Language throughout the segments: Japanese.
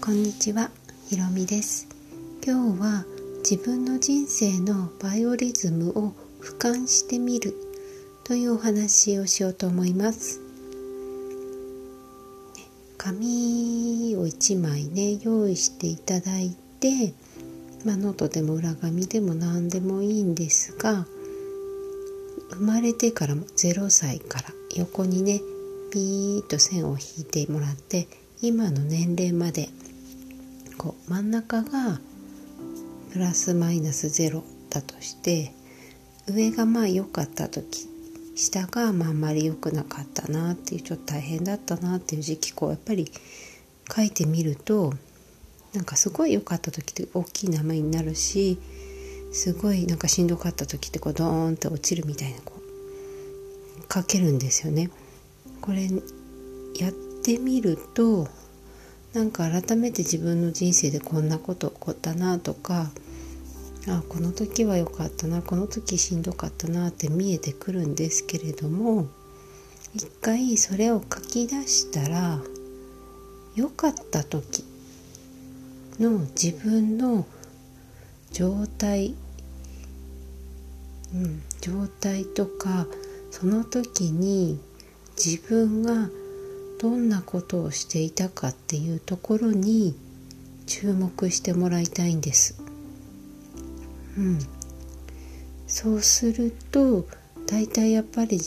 こんにちは、ひろみです。今日は自分の人生のバイオリズムを俯瞰してみるというお話をしようと思います。紙を1枚ね、用意していただいて、ノートでも裏紙でも何でもいいんですが、生まれてから0歳から横にね、ピーッと線を引いてもらって、今の年齢まで真ん中がプラスマイナス0だとして、上が良かった時、下があんまり良くなかったなっていう、ちょっと大変だったなっていう時期やっぱり書いてみると、すごい良かった時って大きい名前になるし、すごいしんどかった時ってドーンって落ちるみたいな書けるんですよね。これやってみると改めて自分の人生でこんなこと起こったなとか、この時は良かったな、この時しんどかったなって見えてくるんですけれども、一回それを書き出したら、良かった時の自分の状態とか、その時に自分がどんなことをしていたかっていうところに注目してもらいたいんです。そうするとだいたいやっぱり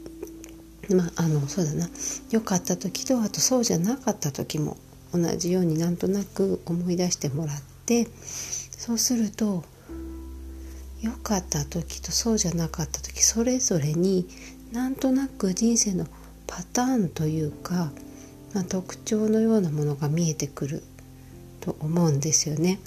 そうだな、良かった時と、あとそうじゃなかった時も同じようになんとなく思い出してもらって、そうすると良かった時とそうじゃなかった時、それぞれになんとなく人生のパターンというか、特徴のようなものが見えてくると思うんですよね。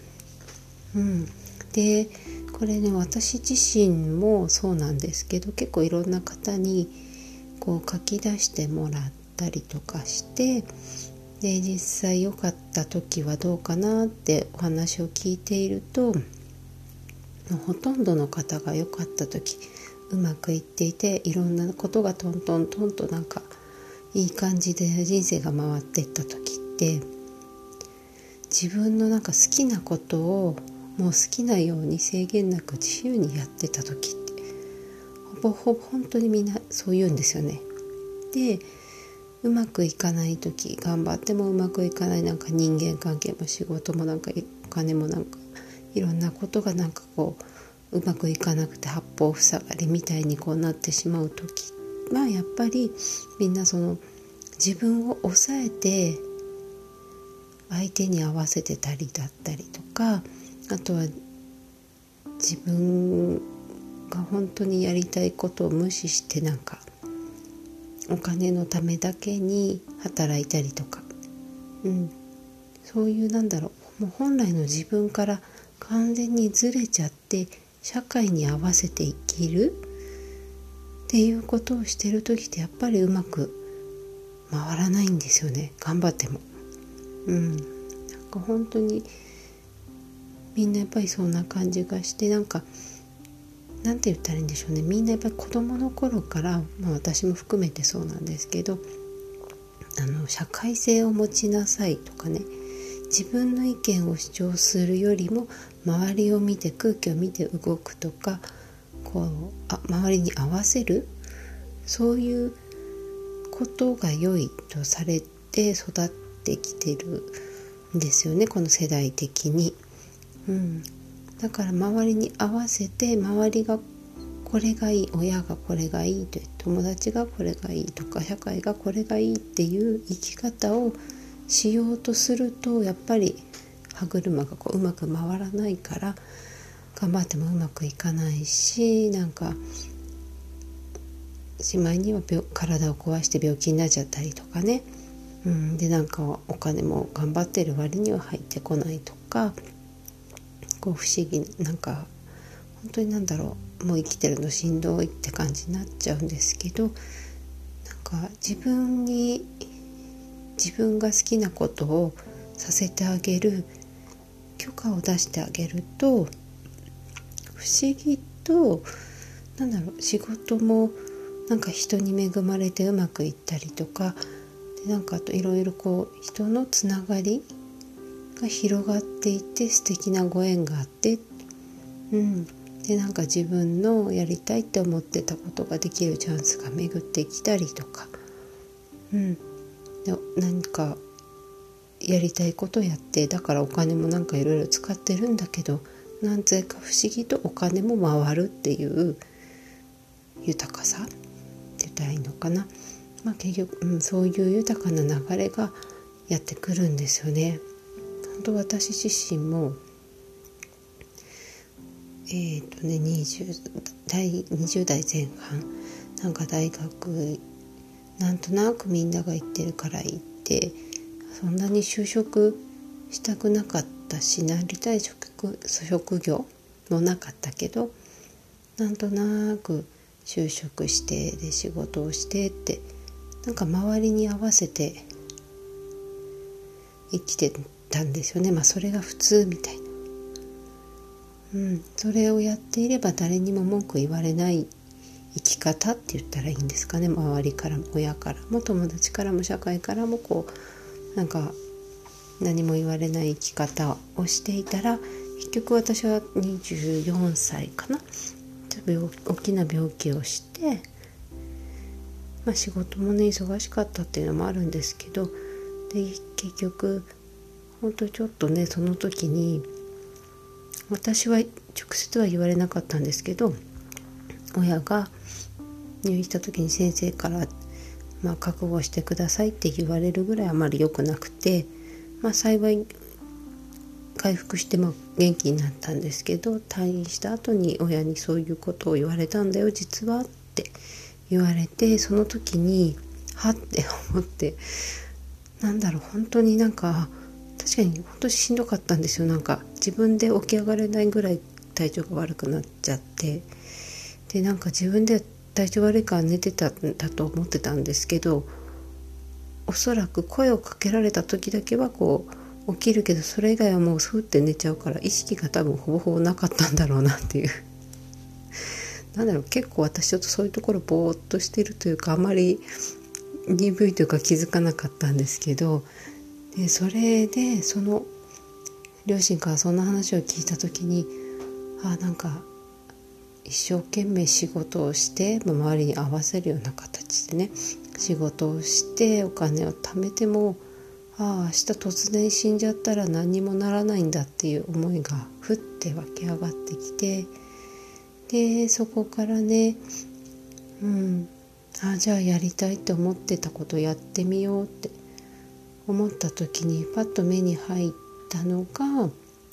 でこれね、私自身もそうなんですけど、結構いろんな方に書き出してもらったりとかして、で実際良かった時はどうかなってお話を聞いていると、ほとんどの方が良かった時、うまくいっていて、いろんなことがトントントンといい感じで人生が回っていった時って、自分の好きなことをもう好きなように制限なく自由にやってた時って、ほぼ本当にみんなそう言うんですよね。でうまくいかない時、頑張ってもうまくいかない、人間関係も仕事もお金もいろんなことがうまくいかなくて八方塞がりみたいになってしまう時は、やっぱりみんな自分を抑えて相手に合わせてたりだったりとか、あとは自分が本当にやりたいことを無視してお金のためだけに働いたりとか、そういうもう本来の自分から完全にずれちゃって社会に合わせて生きるっていうことをしてる時って、やっぱりうまく回らないんですよね、頑張っても。本当にみんなやっぱりそんな感じがして、なんて言ったらいいんでしょうね。みんなやっぱり子供の頃から、私も含めてそうなんですけど、社会性を持ちなさいとかね、自分の意見を主張するよりも周りを見て、空気を見て動くとか、周りに合わせる、そういうことが良いとされて育ってきてるんですよね、この世代的に。だから周りに合わせて、周りがこれがいい、親がこれがいいと、友達がこれがいいとか、社会がこれがいいっていう生き方をしようとすると、やっぱり歯車がうまく回らないから、頑張ってもうまくいかないし、しまいには体を壊して病気になっちゃったりとかね、でお金も頑張ってる割には入ってこないとか、不思議本当にもう生きてるのしんどいって感じになっちゃうんですけど、自分が好きなことをさせてあげる許可を出してあげると、不思議と仕事も人に恵まれてうまくいったりとかで、あといろいろ人のつながりが広がっていて素敵なご縁があって、でなんか自分のやりたいって思ってたことができるチャンスが巡ってきたりとか、で何かやりたいことをやって、だからお金もなんかいろいろ使ってるんだけど、なんぜか不思議とお金も回るっていう豊かさって言ったらいいのかな。結局、そういう豊かな流れがやってくるんですよね。本当私自身も20代前半、なんか大学なんとなくみんなが行ってるから行って、そんなに就職したくなかったし、なりたい職業もなかったけど、なんとなく就職してで仕事をしてって、なんか周りに合わせて生きてたんですよね。それが普通みたいな。それをやっていれば誰にも文句言われない生き方って言ったらいいんですかね。周りからも親からも友達からも社会からもなんか何も言われない生き方をしていたら、結局私は24歳かな、大きな病気をして、仕事もね忙しかったっていうのもあるんですけど、で結局本当ちょっとね、その時に私は直接は言われなかったんですけど、親が入院した時に先生から覚悟してくださいって言われるぐらいあまり良くなくて、幸い回復して元気になったんですけど、退院した後に親にそういうことを言われたんだよ実はって言われて、その時にはって思って、本当に確かに本当にしんどかったんですよ。自分で起き上がれないぐらい体調が悪くなっちゃって、で自分で体調悪いから寝てたんだと思ってたんですけど、おそらく声をかけられた時だけは起きるけど、それ以外はもうふって寝ちゃうから、意識が多分ほぼほぼなかったんだろうなっていう結構私ちょっとそういうところぼーっとしてるというか、あまり鈍いというか気づかなかったんですけど、でそれでその両親からそんな話を聞いた時に、一生懸命仕事をして、周りに合わせるような形でね仕事をしてお金を貯めても、明日突然死んじゃったら何にもならないんだっていう思いがふって湧き上がってきて、でそこからね、じゃあやりたいって思ってたことをやってみようって思った時に、パッと目に入ったのが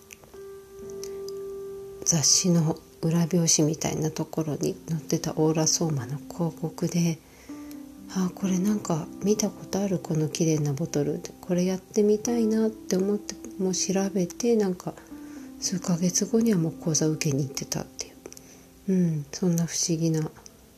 雑誌の裏表紙みたいなところに載ってたオーラソーマの広告で、これ見たことある、この綺麗なボトルでこれやってみたいなって思って、もう調べて数ヶ月後にはもう講座受けに行ってたっていう、そんな不思議な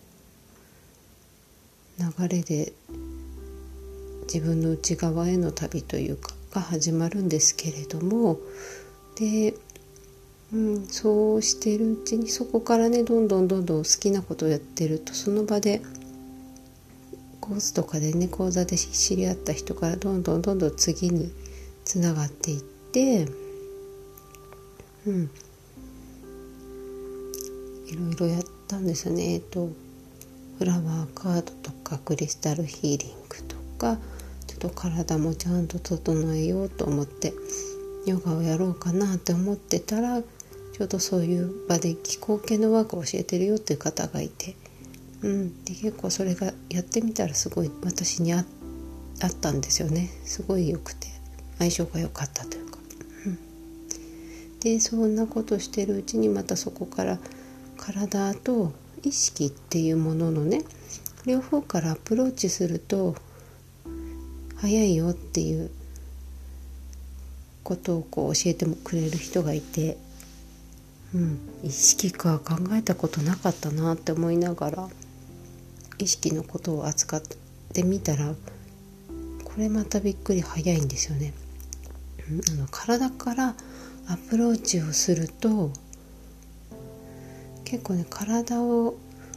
流れで自分の内側への旅というかが始まるんですけれども、で、そうしているうちに、そこからねどんどん好きなことをやってると、その場でコースとかでね講座で知り合った人からどんどん次につながっていって、いろいろやったんですよね。フラワーカードとかクリスタルヒーリングとか、ちょっと体もちゃんと整えようと思ってヨガをやろうかなって思ってたら、ちょうどそういう場で気候系のワークを教えてるよっていう方がいて、で結構それがやってみたらすごい私に合ったんですよね。すごい良くて相性が良かったというか、でそんなことしてるうちに、またそこから体と意識っていうもののね両方からアプローチすると早いよっていうことを教えてくれる人がいて、意識か考えたことなかったなって思いながら意識のことを扱ってみたら、これまたびっくり早いんですよね。体からアプローチをすると結構ね、体の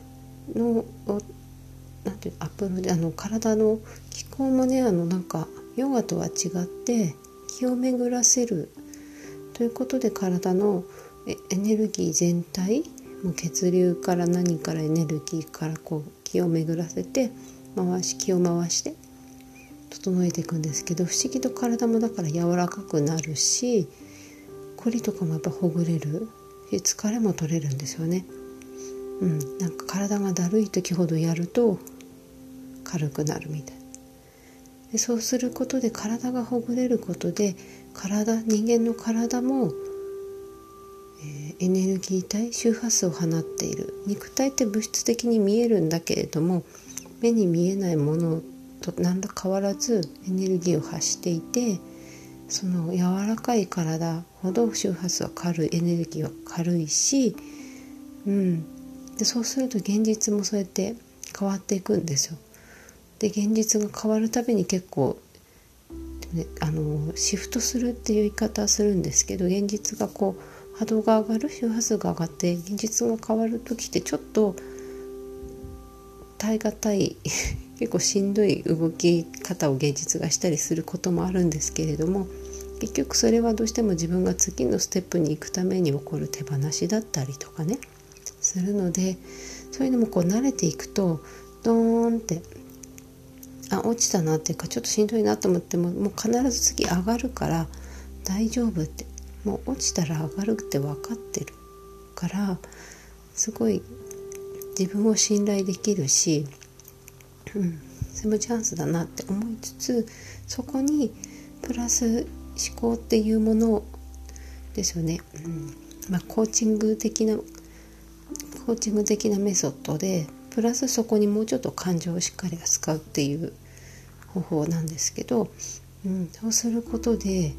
なんていうアプローチ、体の気候もねヨガとは違って気を巡らせるということで、体のエネルギー全体、もう血流から何からエネルギーからこう気を巡らせて気を回して整えていくんですけど、不思議と体もだから柔らかくなるし、凝りとかもやっぱほぐれるし、疲れも取れるんですよね。なんか体がだるい時ほどやると軽くなるみたいで、そうすることで体がほぐれることで人間の体も、エネルギー体、周波数を放っている。肉体って物質的に見えるんだけれども、目に見えないものと何ら変わらずエネルギーを発していて、その柔らかい体ほど周波数は軽い、エネルギーは軽いし、でそうすると現実もそうやって変わっていくんですよ。で現実が変わるたびに結構、シフトするっていう言い方はするんですけど、現実がこう波動が上がる、周波数が上がって現実が変わる時ってちょっと耐え難い結構しんどい動き方を現実がしたりすることもあるんですけれども、結局それはどうしても自分が次のステップに行くために起こる手放しだったりとかねするので、そういうのもこう慣れていくとドーンって落ちたなっていうか、ちょっとしんどいなと思っても、もう必ず次上がるから大丈夫って、もう落ちたら上がるって分かってるから、すごい自分を信頼できるし、それもチャンスだなって思いつつ、そこにプラス思考っていうものですよね。コーチング的なメソッドでプラスそこにもうちょっと感情をしっかり扱うっていう方法なんですけど、そうすることで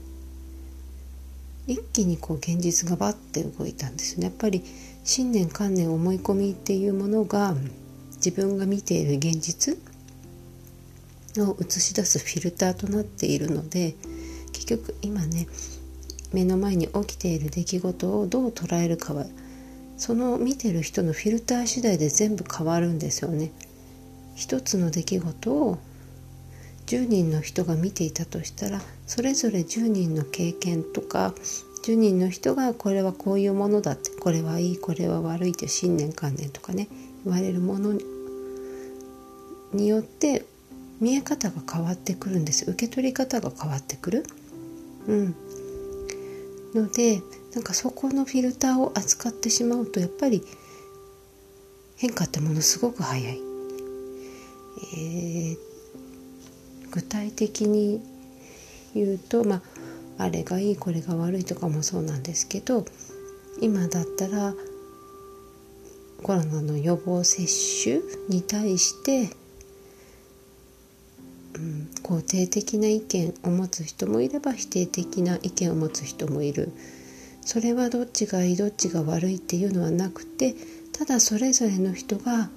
一気にこう現実がバッて動いたんですね。やっぱり信念観念思い込みっていうものが自分が見ている現実を映し出すフィルターとなっているので、結局今ね目の前に起きている出来事をどう捉えるかはその見てる人のフィルター次第で全部変わるんですよね。一つの出来事を10人の人が見ていたとしたら、それぞれ10人の経験とか10人の人がこれはこういうものだって、これはいいこれは悪いという信念観念とかね言われるものによって見え方が変わってくるんです。受け取り方が変わってくる、のでなんかそこのフィルターを扱ってしまうと、やっぱり変化ってものすごく早い。具体的に言うと、あれがいいこれが悪いとかもそうなんですけど、今だったらコロナの予防接種に対して肯定的な意見を持つ人もいれば否定的な意見を持つ人もいる。それはどっちがいいどっちが悪いっていうのはなくて、ただそれぞれの人が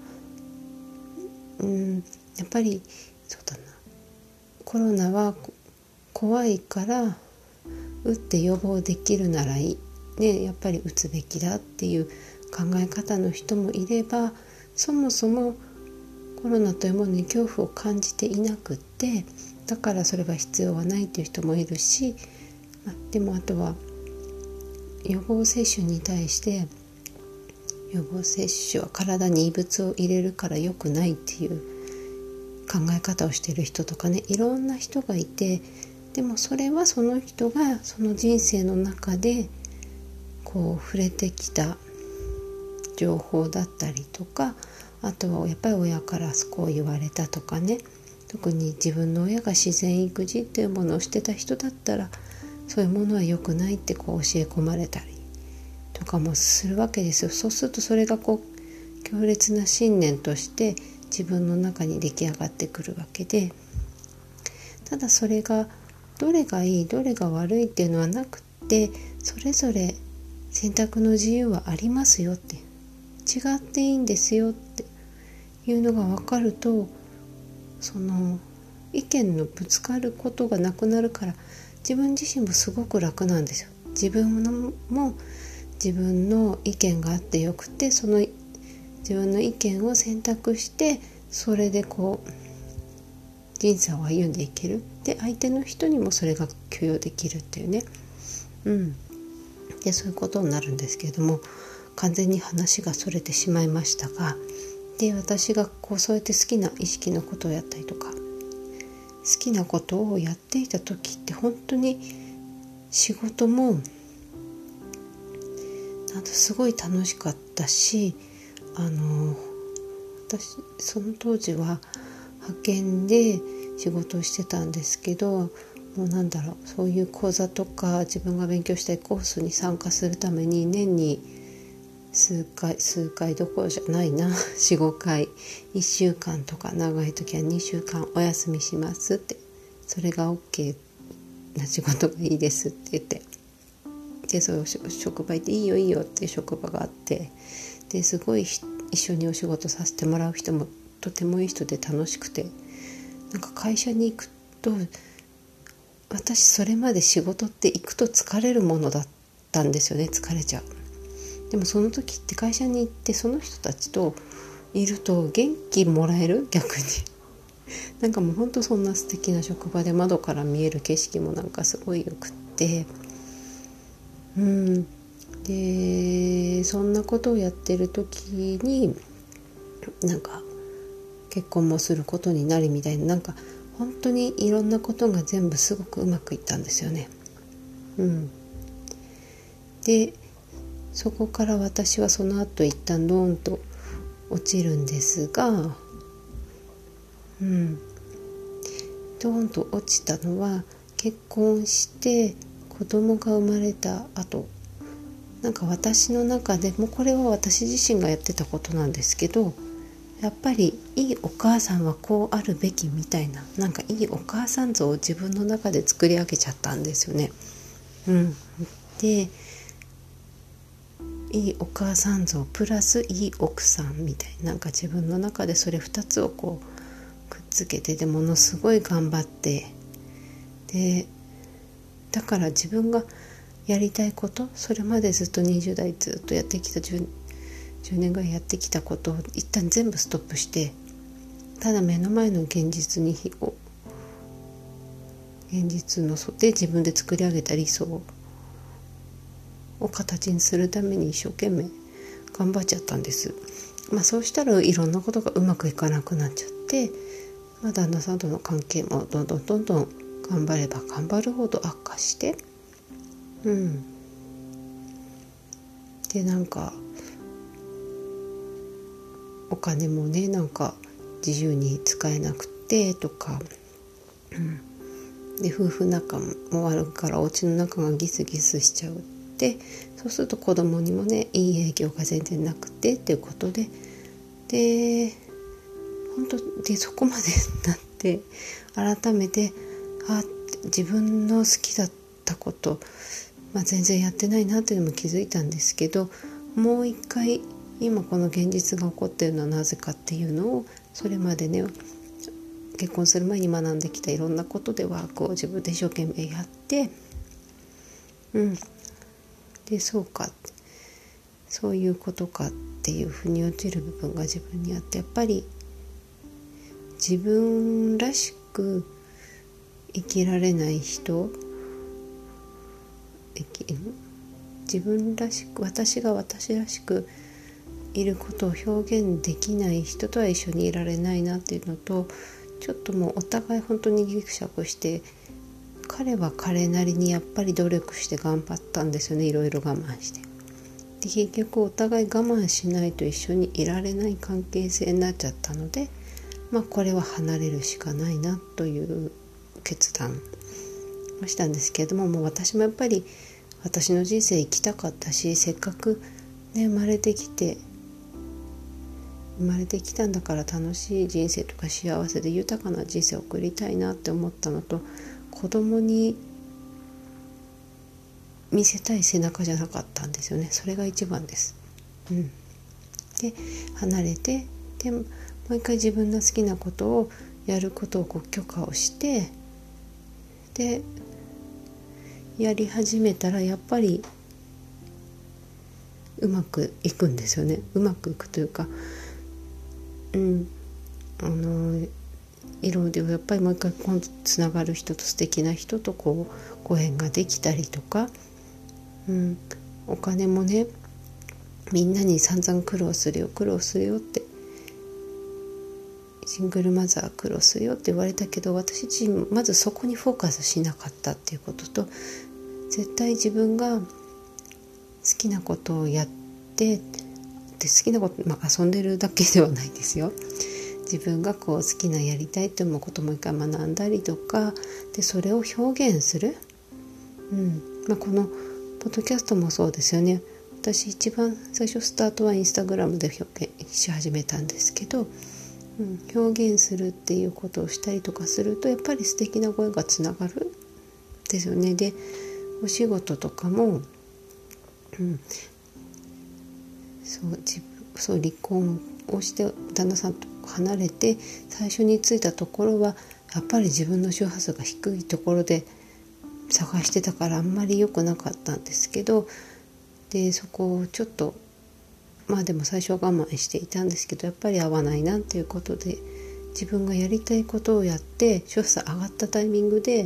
やっぱりそうだな、コロナは怖いから打って予防できるならいい、やっぱり打つべきだっていう考え方の人もいれば、そもそもコロナというものに恐怖を感じていなくって、だからそれは必要はないっていう人もいるし、でもあとは予防接種に対して予防接種は体に異物を入れるから良くないっていう考え方をしている人とかね、いろんな人がいて、でもそれはその人がその人生の中でこう触れてきた情報だったりとか、あとはやっぱり親からこう言われたとかね、特に自分の親が自然育児っていうものをしてた人だったら、そういうものは良くないってこう教え込まれたりとかもするわけですよ。そうするとそれがこう強烈な信念として自分の中に出来上がってくるわけで、ただそれがどれがいいどれが悪いっていうのはなくって、それぞれ選択の自由はありますよって、違っていいんですよっていうのが分かると、その意見のぶつかることがなくなるから、自分自身もすごく楽なんですよ。自分も自分の意見があってよくて、その自分の意見を選択して、それでこう人生を歩んでいける。で相手の人にもそれが許容できるっていうね、でそういうことになるんですけれども、完全に話がそれてしまいましたが、で私がそうやって好きな意識のことをやったりとか、好きなことをやっていた時って本当に仕事もすごい楽しかったし、私その当時は派遣で仕事をしてたんですけど、もうそういう講座とか自分が勉強したいコースに参加するために年に数回どころじゃないな4、5回1週間とか長い時は2週間お休みしますって、それが OK な仕事がいいですって言って、でそういう職場行っていいよいいよっていう職場があって、ですごい一緒にお仕事させてもらう人もとてもいい人で楽しくて、会社に行くと、私それまで仕事って行くと疲れるものだったんですよね。疲れちゃう。でもその時って会社に行ってその人たちといると元気もらえる、逆にもうほんとそんな素敵な職場で、窓から見える景色もすごいよくって、でそんなことをやってる時に結婚もすることになりみたいな、本当にいろんなことが全部すごくうまくいったんですよね。でそこから私はその後一旦ドーンと落ちるんですが、ドーンと落ちたのは結婚して子供が生まれた後、私の中でもこれは私自身がやってたことなんですけど、やっぱりいいお母さんはこうあるべきみたいな、いいお母さん像を自分の中で作り上げちゃったんですよね。でいいお母さん像プラスいい奥さんみたいな、自分の中でそれ2つをくっつけて、でものすごい頑張って、でだから自分がやりたいこと、それまでずっと20代ずっとやってきた10年ぐらいやってきたことを一旦全部ストップして、ただ目の前の現実ので自分で作り上げた理想を形にするために一生懸命頑張っちゃったんです。そうしたらいろんなことがうまくいかなくなっちゃって、旦那さんとの関係もどんどん頑張れば頑張るほど悪化して、でお金もね自由に使えなくてとか、で夫婦仲も悪いからお家の中がギスギスしちゃう。でそうすると子供にもねいい影響が全然なくてっていうことで、本当でそこまでなって改めて自分の好きだったこと、全然やってないなっていうのも気づいたんですけど、もう一回今この現実が起こっているのはなぜかっていうのを、それまでね結婚する前に学んできたいろんなことでワークを自分で一生懸命やって、でそういうことかっていうふうに落ちる部分が自分にあって、やっぱり自分らしく生きられない人、自分らしく私らしくいることを表現できない人とは一緒にいられないなっていうのと、ちょっともうお互い本当にギクシャクして、彼は彼なりにやっぱり努力して頑張ったんですよね。いろいろ我慢して、で結局お互い我慢しないと一緒にいられない関係性になっちゃったので、これは離れるしかないなという決断をしたんですけれども、もう私もやっぱり私の人生生きたかったし、せっかくね生まれてきたんだから楽しい人生とか幸せで豊かな人生を送りたいなって思ったのと、子供に見せたい背中じゃなかったんですよね。それが一番です。で離れて、でもう一回自分の好きなことをやることを許可をして、でやり始めたらやっぱりうまくいくんですよね。うまくいくというか、 色でやっぱりもう一回今度つながる人と素敵な人とこうご縁ができたりとか、お金もねみんなに散々苦労するよってシングルマザー苦労するよって言われたけど、私自身まずそこにフォーカスしなかったっていうことと、絶対自分が好きなことをやってで好きなこと、遊んでるだけではないですよ。自分がこう好きなやりたいと思うことも一回学んだりとかで、それを表現する、このポッドキャストもそうですよね。私一番最初スタートはインスタグラムで表現し始めたんですけど、表現するっていうことをしたりとかするとやっぱり素敵な声がつながるですよね。でお仕事とかも、離婚をして旦那さんと離れて最初に着いたところはやっぱり自分の周波数が低いところで探してたからあんまり良くなかったんですけど、でそこをちょっとでも最初は我慢していたんですけど、やっぱり合わないなっていうことで自分がやりたいことをやって周波数上がったタイミングで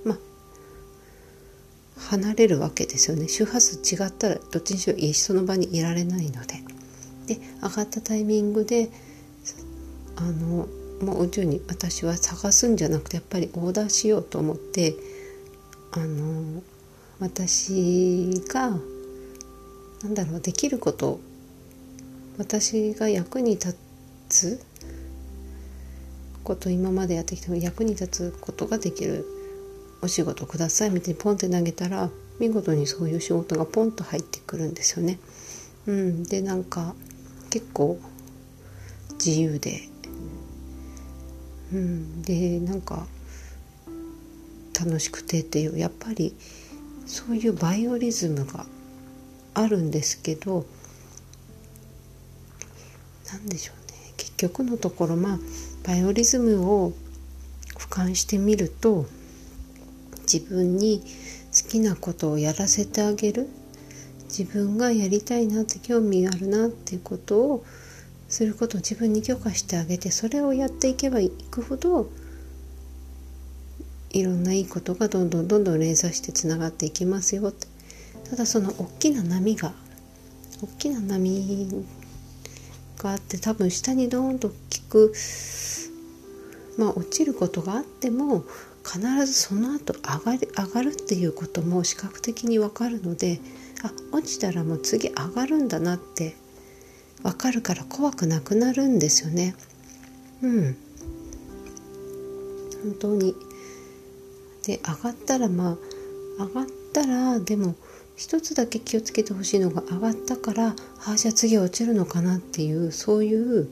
離れるわけですよね。周波数違ったらどっちにしろその場にいられないので、上がったタイミングでもう宇宙に私は探すんじゃなくてやっぱりオーダーしようと思って、私ができることを、私が役に立つこと、今までやってきた役に立つことができるお仕事くださいみたいにポンって投げたら見事にそういう仕事がポンと入ってくるんですよね。で結構自由で、で楽しくてっていう、やっぱりそういうバイオリズムがあるんですけど、なんでしょうね、結局のところバイオリズムを俯瞰してみると自分に好きなことをやらせてあげる、自分がやりたいなって興味あるなっていうことをすることを自分に許可してあげて、それをやっていけばいくほどいろんないいことがどんどん連鎖してつながっていきますよって。ただその大きな波があって多分下にドーンと大きく落ちることがあっても必ずその後上がるっていうことも視覚的に分かるので、落ちたらもう次上がるんだなって分かるから怖くなくなるんですよね。本当に。で上がったらでも一つだけ気をつけてほしいのが、上がったからじゃあ次落ちるのかなっていう、そういう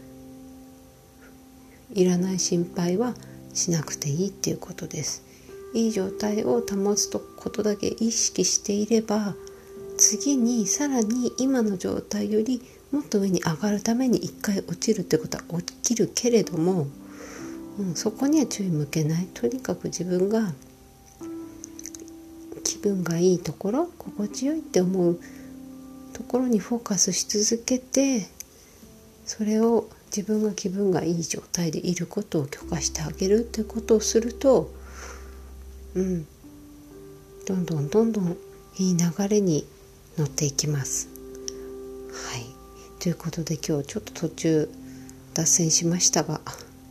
いらない心配はしなくていいっていうことです。いい状態を保つことだけ意識していれば、次にさらに今の状態よりもっと上に上がるために一回落ちるってことは起きるけれども、そこには注意向けない。とにかく自分が気分がいいところ、心地よいって思うところにフォーカスし続けて、それを自分が気分がいい状態でいることを許可してあげるってことをすると、どんどんいい流れに乗っていきます。ということで今日ちょっと途中脱線しましたが、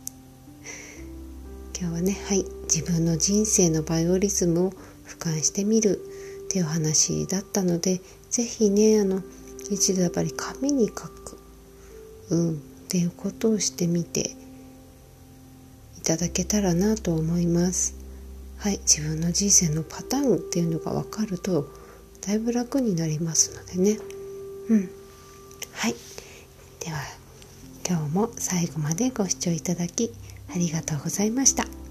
今日はね、自分の人生のバイオリズムを俯瞰してみるっていう話だったので、ぜひね一度やっぱり紙に書く、っていうことをしてみていただけたらなと思います。自分の人生のパターンっていうのが分かるとだいぶ楽になりますのでね。では今日も最後までご視聴いただきありがとうございました。